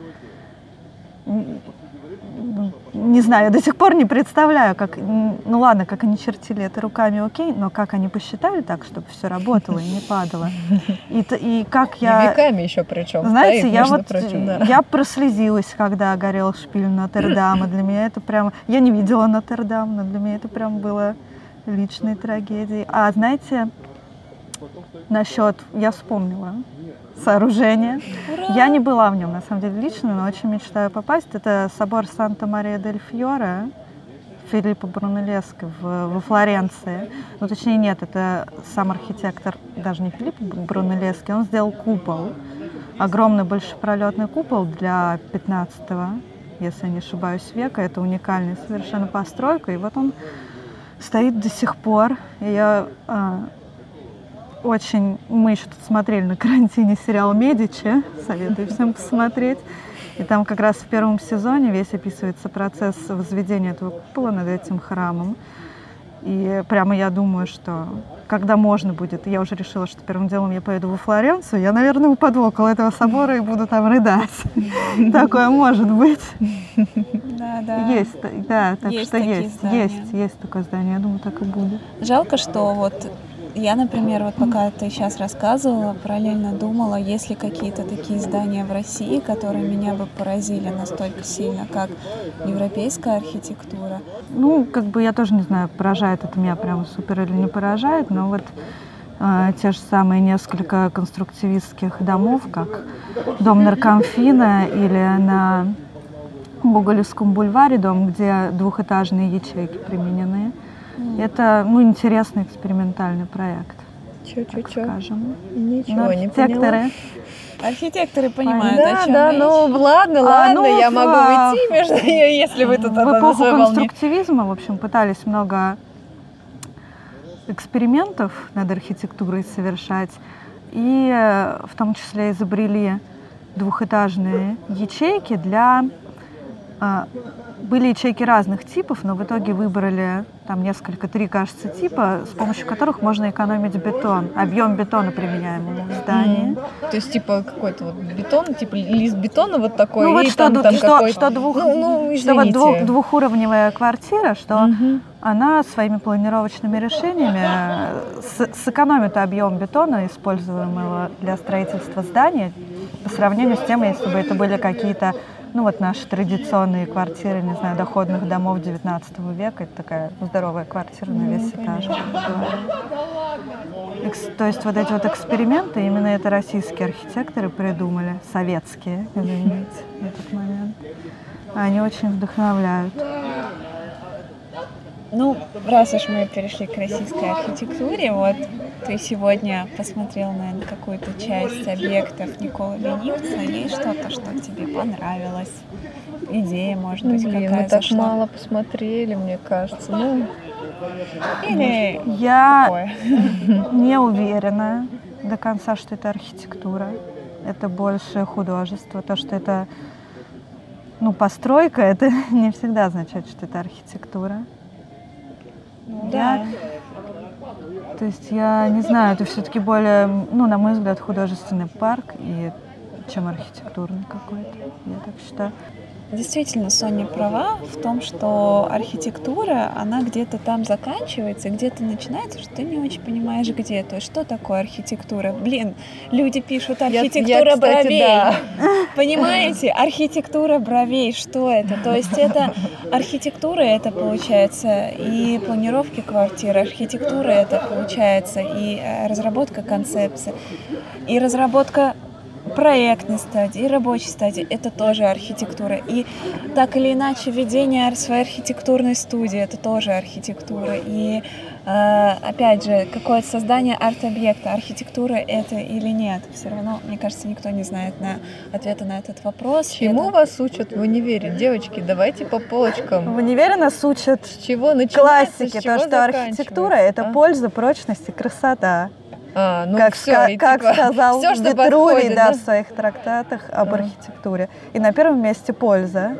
Speaker 3: не знаю, я до сих пор не представляю, как, ну ладно, как они чертили это руками, окей, но как они посчитали так, чтобы все работало и не падало. И как я...
Speaker 2: И веками еще причем.
Speaker 3: Знаете,
Speaker 2: стоит,
Speaker 3: я прослезилась, когда горел шпиль Нотр-Дама. Для меня это прям... Я не видела Нотр-Дам, но для меня это прям было личной трагедией. А знаете, насчет... Я вспомнила сооружение.
Speaker 1: Ура!
Speaker 3: Я не была в нем, на самом деле, лично, но очень мечтаю попасть. Это собор Санта-Мария-дель-Фьоре Филиппо Брунеллески во Флоренции. Ну, точнее, нет, это сам архитектор, даже не Филиппо Брунеллески, он сделал купол. Огромный большепролетный купол для 15-го, если я не ошибаюсь, века. Это уникальная совершенно постройка. И вот он стоит до сих пор. И я... Мы еще тут смотрели на карантине сериал «Медичи», советую всем посмотреть. И там как раз в первом сезоне весь описывается процесс возведения этого купола над этим храмом. И прямо я думаю, что когда можно будет, я уже решила, что первым делом я поеду во Флоренцию, я, наверное, упаду около этого собора и буду там рыдать. Такое может быть.
Speaker 1: Да.
Speaker 3: Есть, да, так что есть такое здание, я думаю, так и будет.
Speaker 1: Жалко, что вот я, например, вот пока ты сейчас рассказывала, параллельно думала, есть ли какие-то такие здания в России, которые меня бы поразили настолько сильно, как европейская архитектура.
Speaker 3: Ну, как бы я тоже не знаю, поражает это меня прям супер или не поражает, но вот те же самые несколько конструктивистских домов, как дом Наркомфина или на Гоголевском бульваре дом, где двухэтажные ячейки применены. Это, интересный экспериментальный проект. Так скажем.
Speaker 2: Ничего не поняла.
Speaker 1: Архитекторы понимают, о чем
Speaker 2: Да,
Speaker 1: речь.
Speaker 2: ладно, я могу уйти между нее, если вы тут
Speaker 3: в эпоху конструктивизма, в общем, пытались много экспериментов над архитектурой совершать, и в том числе изобрели двухэтажные ячейки для... Были ячейки разных типов, но в итоге выбрали там три, кажется, типа, с помощью которых можно экономить бетон, объем бетона, применяемого в здании.
Speaker 2: То есть, типа, какой-то вот бетон, типа лист бетона вот такой,
Speaker 3: вот
Speaker 2: и
Speaker 3: что двухуровневая квартира, что она своими планировочными решениями сэкономит объем бетона, используемого для строительства здания, по сравнению с тем, если бы это были какие-то наши традиционные квартиры, не знаю, доходных домов 19 века. Это такая здоровая квартира на весь этаж. То есть вот эти вот эксперименты, именно это российские архитекторы придумали, советские, извините, в этот момент. Они очень вдохновляют.
Speaker 1: Раз уж мы перешли к российской архитектуре, вот ты сегодня посмотрел, наверное, какую-то часть объектов Николы Ленивца. Есть что-то, что тебе понравилось? Идея, может быть, какая-то
Speaker 2: мы так мало посмотрели, мне кажется.
Speaker 1: Или
Speaker 3: я
Speaker 1: такое?
Speaker 3: Не уверена до конца, что это архитектура. Это больше художество. То, что это постройка, это не всегда означает, что это архитектура. То есть я не знаю, это все-таки более, на мой взгляд, художественный парк, чем архитектурный какой-то, я так считаю.
Speaker 1: Действительно, Соня права в том, что архитектура, она где-то там заканчивается, где-то начинается, что ты не очень понимаешь, где. То есть, что такое архитектура? Люди пишут архитектура бровей. Да. Понимаете? Архитектура бровей, что это? То есть, это архитектура, это получается и планировки квартиры, архитектура, это получается и разработка концепции, и разработка проектной стадии и рабочей стадии — это тоже архитектура. И так или иначе ведение своей архитектурной студии — это тоже архитектура. И опять же, какое-то создание арт-объекта, архитектура это или нет. Все равно, мне кажется, никто не знает ответа на этот вопрос.
Speaker 2: Чему вас учат в универе? Девочки, давайте по полочкам.
Speaker 3: В универе нас учат
Speaker 2: с чего начинается,
Speaker 3: классики, то, что архитектура — это польза, прочность и красота. Как сказал Витрувий, в своих трактатах об архитектуре. И на первом месте польза.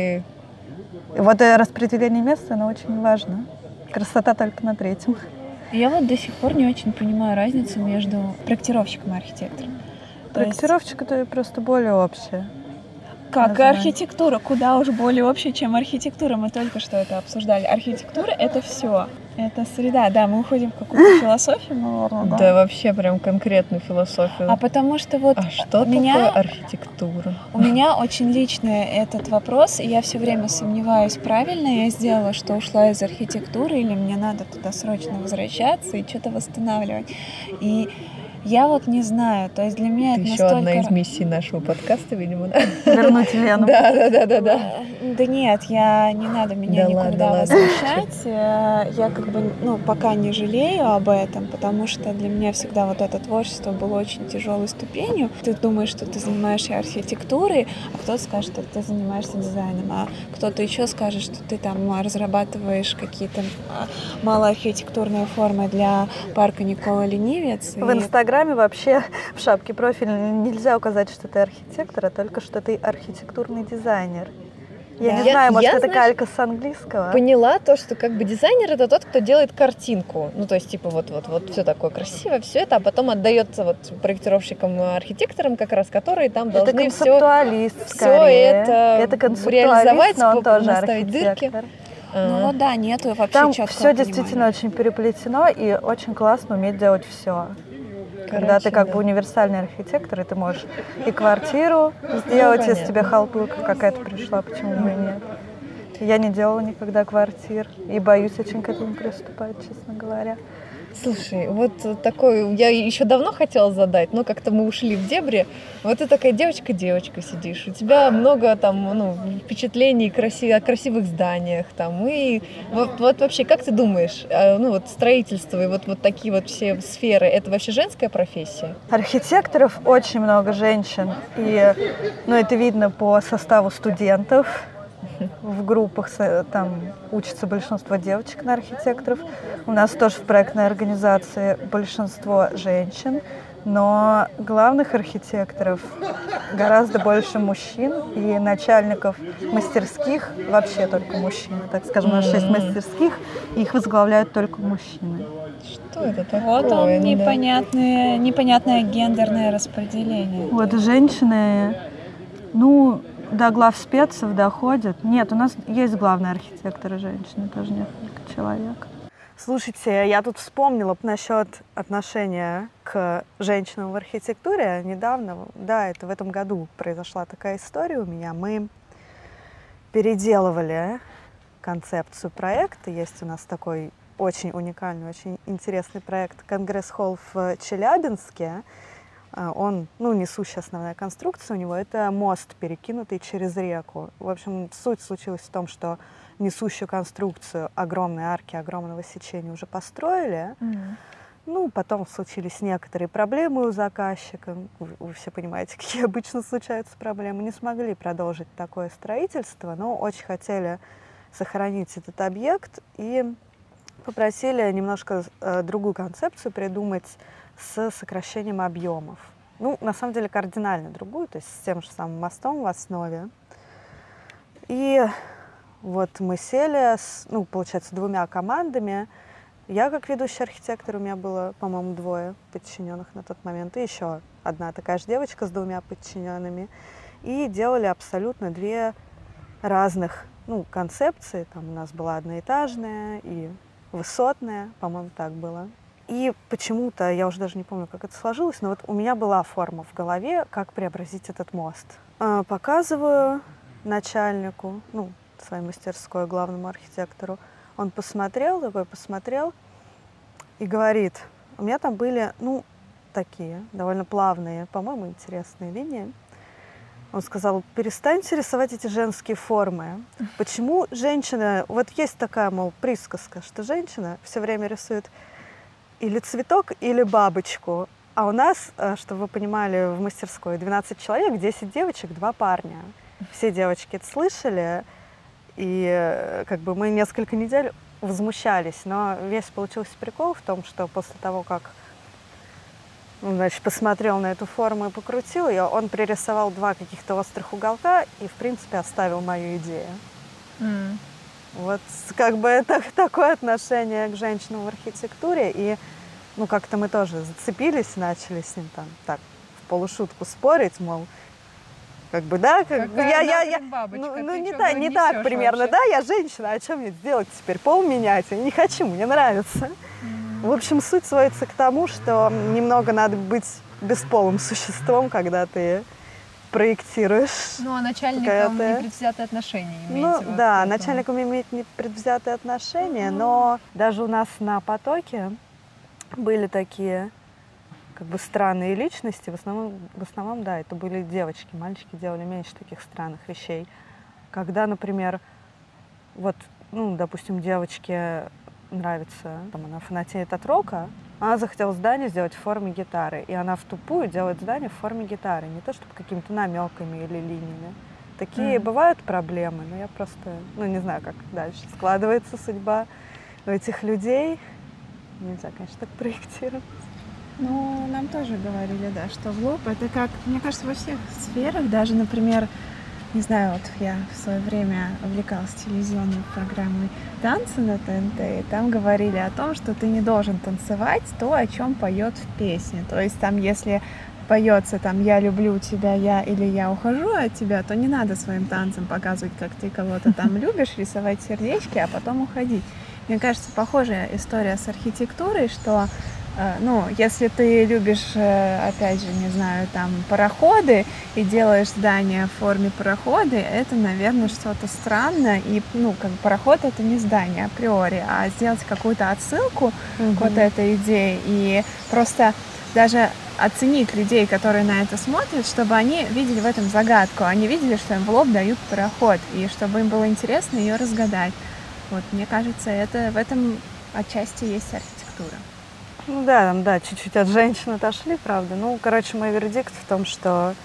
Speaker 2: Вот
Speaker 3: распределение места, оно очень важно. Красота только на третьем.
Speaker 1: Я вот до сих пор не очень понимаю разницу между проектировщиком и архитектором.
Speaker 3: Проектировщик это просто более общее.
Speaker 1: Как и архитектура, куда уж более общая, чем архитектура. Мы только что это обсуждали. Архитектура — это все. Это среда. Да, мы уходим в какую-то философию, наверное,
Speaker 2: Да, вообще прям конкретную философию.
Speaker 1: А потому что вот
Speaker 2: что такое архитектура?
Speaker 1: У меня очень личный этот вопрос, и я все время сомневаюсь, правильно я сделала, что ушла из архитектуры, или мне надо туда срочно возвращаться и что-то восстанавливать. И я вот не знаю, то есть для меня это
Speaker 2: еще
Speaker 1: настолько...
Speaker 2: одна из миссий нашего подкаста, видимо, да?
Speaker 3: Вернуть Лену.
Speaker 2: Да.
Speaker 1: Да нет, не надо меня никуда возвращать. Я как бы, пока не жалею об этом, потому что для меня всегда вот это творчество было очень тяжелой ступенью. Ты думаешь, что ты занимаешься архитектурой, а кто-то скажет, что ты занимаешься дизайном, а кто-то еще скажет, что ты там разрабатываешь какие-то малоархитектурные формы для парка Никола Ленивец.
Speaker 3: В Инстаграме вообще в шапке профиля нельзя указать, что ты архитектор, а только что ты архитектурный дизайнер. Я не знаю, может, это калька с английского.
Speaker 2: Поняла то, что как бы дизайнер — это тот, кто делает картинку. Ну, то есть, типа, вот все такое красивое, все это, а потом отдается вот проектировщикам, архитекторам, как раз, которые там должны все это реализовать,
Speaker 3: но он тоже
Speaker 2: наставить дырки.
Speaker 1: Ну вот да, нету вообще
Speaker 3: там
Speaker 1: четкого
Speaker 3: все
Speaker 1: понимания.
Speaker 3: Действительно очень переплетено, и очень классно уметь делать все. Когда ты как бы универсальный архитектор, и ты можешь и квартиру сделать, если тебе халтурка какая-то пришла, почему бы и нет. Я не делала никогда квартир и боюсь очень к этому приступать, честно говоря.
Speaker 2: Слушай, вот такой, я еще давно хотела задать, но как-то мы ушли в дебри. Вот ты такая девочка сидишь, у тебя много там, впечатлений о красивых зданиях там, и вот вообще, как ты думаешь, строительство и вот такие вот все сферы, это вообще женская профессия?
Speaker 3: Архитекторов очень много женщин, и, это видно по составу студентов. В группах там учатся большинство девочек на архитекторов. У нас тоже в проектной организации большинство женщин, но главных архитекторов гораздо больше мужчин, и начальников мастерских вообще только мужчины. Так скажем, у нас 6 мастерских, их возглавляют только мужчины.
Speaker 2: Что это такое?
Speaker 1: Вот он, непонятное гендерное распределение.
Speaker 3: Вот женщины, до главспецов доходят. Нет, у нас есть главные архитекторы женщины, тоже несколько человек. Слушайте, я тут вспомнила насчет отношения к женщинам в архитектуре. Недавно, это в этом году произошла такая история у меня. Мы переделывали концепцию проекта. Есть у нас такой очень уникальный, очень интересный проект «Конгресс-холл» в Челябинске. Он, несущая основная конструкция у него — это мост, перекинутый через реку. В общем, суть случилась в том, что несущую конструкцию огромной арки, огромного сечения уже построили. Потом случились некоторые проблемы у заказчика. Вы все понимаете, какие обычно случаются проблемы. Не смогли продолжить такое строительство, но очень хотели сохранить этот объект и попросили немножко другую концепцию придумать с сокращением объемов. На самом деле кардинально другую, то есть с тем же самым мостом в основе. И вот мы сели получается, 2 командами. Я как ведущий архитектор, у меня было, по-моему, 2 подчиненных на тот момент, и еще одна такая же девочка с 2 подчиненными. И делали абсолютно 2 разных концепции. Там у нас была одноэтажная и высотная, по-моему, так было. И почему-то, я уже даже не помню, как это сложилось, но вот у меня была форма в голове, как преобразить этот мост. Показываю начальнику, своей мастерской, главному архитектору. Он посмотрел и говорит, у меня там были, такие довольно плавные, по-моему, интересные линии. Он сказал, перестаньте рисовать эти женские формы. Почему женщина, вот есть такая, присказка, что женщина все время рисует или цветок, или бабочку. А у нас, чтобы вы понимали, в мастерской 12 человек, 10 девочек, 2 парня. Все девочки это слышали, и мы несколько недель возмущались. Но весь получился прикол в том, что после того, как посмотрел на эту форму и покрутил ее, он пририсовал 2 каких-то острых уголка и, в принципе, оставил мою идею. Вот как бы это такое отношение к женщинам в архитектуре. И ну как-то мы тоже зацепились, начали с ним там так в полушутку спорить, мол, как бы, да, как бы не так примерно, да, я женщина, а что мне сделать теперь, пол менять? Я не хочу, мне нравится. В общем, суть сводится к тому, что немного надо быть бесполым существом, когда ты проектируешь.
Speaker 2: Ну, а начальникам непредвзятые отношения имеете?
Speaker 3: Ну, да, начальникам иметь непредвзятые отношения, но даже у нас на потоке были такие как бы странные личности. В основном, да, это были девочки. Мальчики делали меньше таких странных вещей. Когда, например, вот, ну, допустим, девочке нравится, там, она фанатеет от рока, она захотела здание сделать в форме гитары, и она в тупую делает здание в форме гитары, не то чтобы какими-то намеками или линиями. Такие бывают проблемы, но я просто, ну, не знаю, как дальше складывается судьба у этих людей. Нельзя, конечно, так проектировать.
Speaker 1: Ну, нам тоже говорили, да, что в лоб это как, мне кажется, во всех сферах, даже, например, не знаю, вот я в свое время увлекалась телевизионной программой «Танцы» на ТНТ, и там говорили о том, что ты не должен танцевать то, о чем поет в песне. То есть там, если поется там «я люблю тебя», или «я ухожу от тебя», то не надо своим танцем показывать, как ты кого-то там любишь, рисовать сердечки, а потом уходить. Мне кажется, похожая история с архитектурой, что ну, если ты любишь, опять же, не знаю, там, пароходы и делаешь здание в форме парохода, это, наверное, что-то странное. И, ну, как бы пароход — это не здание априори, а сделать какую-то отсылку к вот этой идее и просто даже оценить людей, которые на это смотрят, чтобы они видели в этом загадку, они видели, что им в лоб дают пароход, и чтобы им было интересно ее разгадать. Вот, мне кажется, это в этом отчасти есть архитектура.
Speaker 3: Ну да, чуть-чуть от женщин отошли, правда. Ну, короче, мой вердикт в том, что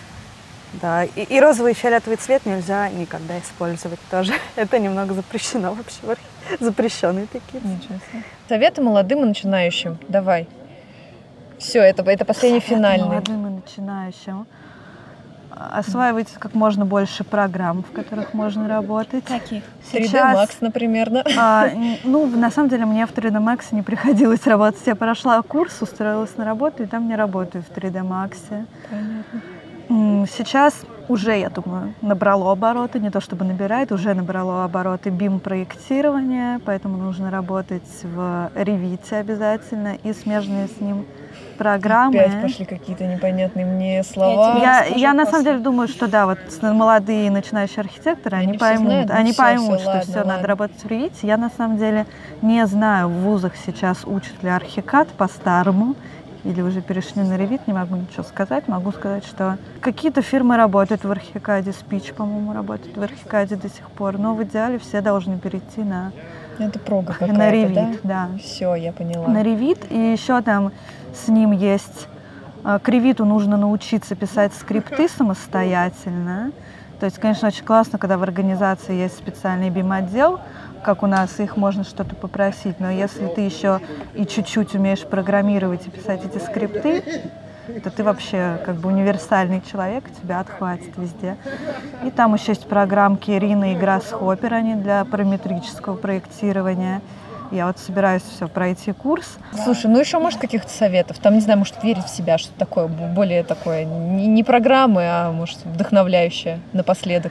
Speaker 3: да, и розовый и фиолетовый цвет нельзя никогда использовать тоже. Это немного запрещено вообще, запрещенные такие.
Speaker 2: Ничего себе. Советы молодым и начинающим. Давай. Все, это последний финальный.
Speaker 3: Молодым и начинающим. Осваивайте как можно больше программ, в которых можно работать.
Speaker 1: Каких?
Speaker 2: 3D Max, например, да?
Speaker 3: Ну, на самом деле, мне в 3D Max не приходилось работать. Я прошла курс, устроилась на работу, и там не работаю в 3D Max.
Speaker 2: Понятно.
Speaker 3: Сейчас уже, я думаю, набрало обороты, не то чтобы набирает, уже набрало обороты BIM-проектирование, поэтому нужно работать в Revit обязательно и смежные с ним программы.
Speaker 2: Опять пошли какие-то непонятные мне слова.
Speaker 3: Я на самом деле думаю, что да, вот молодые начинающие архитекторы, они поймут, что все надо работать в Revit. Я на самом деле не знаю, в вузах сейчас учат ли архикад по-старому, или уже перешли на Revit, не могу ничего сказать. Могу сказать, что какие-то фирмы работают в архикаде, Speech, по-моему, работает в архикаде до сих пор, но в идеале все должны перейти на
Speaker 2: это прога какая-то,
Speaker 3: на Revit, да?
Speaker 2: Все, я поняла.
Speaker 3: На Revit, и еще там с ним есть... К Revit нужно научиться писать скрипты самостоятельно. То есть, конечно, очень классно, когда в организации есть специальный BIM-отдел, как у нас, их можно что-то попросить. Но если ты еще и чуть-чуть умеешь программировать и писать эти скрипты, то ты вообще как бы универсальный человек, тебя отхватит везде. И там еще есть программки Rhino и Grasshopper, они для параметрического проектирования. Я вот собираюсь все пройти курс.
Speaker 2: Слушай, ну еще, может, каких-то советов? Там, не знаю, может, верить в себя, что-то такое, более такое, не программы, а, может, вдохновляющее напоследок.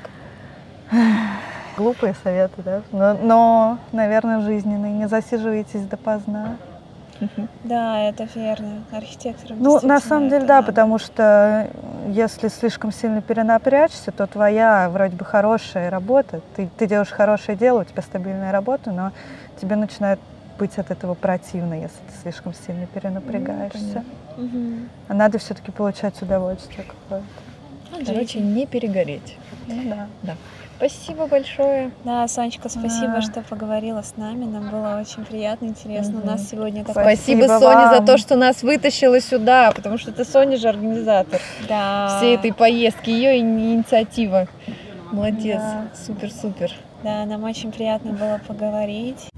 Speaker 3: Глупые советы, да? Но, наверное, жизненные. Не засиживайтесь допоздна.
Speaker 1: Да, это верно. Архитектором.
Speaker 3: Ну, на самом деле, да, потому что если слишком сильно перенапрячься, то твоя вроде бы хорошая работа, ты делаешь хорошее дело, у тебя стабильная работа, но тебе начинает быть от этого противно, если ты слишком сильно перенапрягаешься. А надо все-таки получать удовольствие какое-то.
Speaker 2: Короче, не перегореть.
Speaker 3: Ну, да.
Speaker 2: Спасибо большое.
Speaker 1: Да, Сонечка, спасибо, что поговорила с нами. Нам было очень приятно, интересно. У нас сегодня такой...
Speaker 2: Спасибо Соне за то, что нас вытащила сюда, потому что это Соня же организатор всей этой поездки, ее инициатива. Молодец, супер-супер.
Speaker 1: Да, нам очень приятно было поговорить.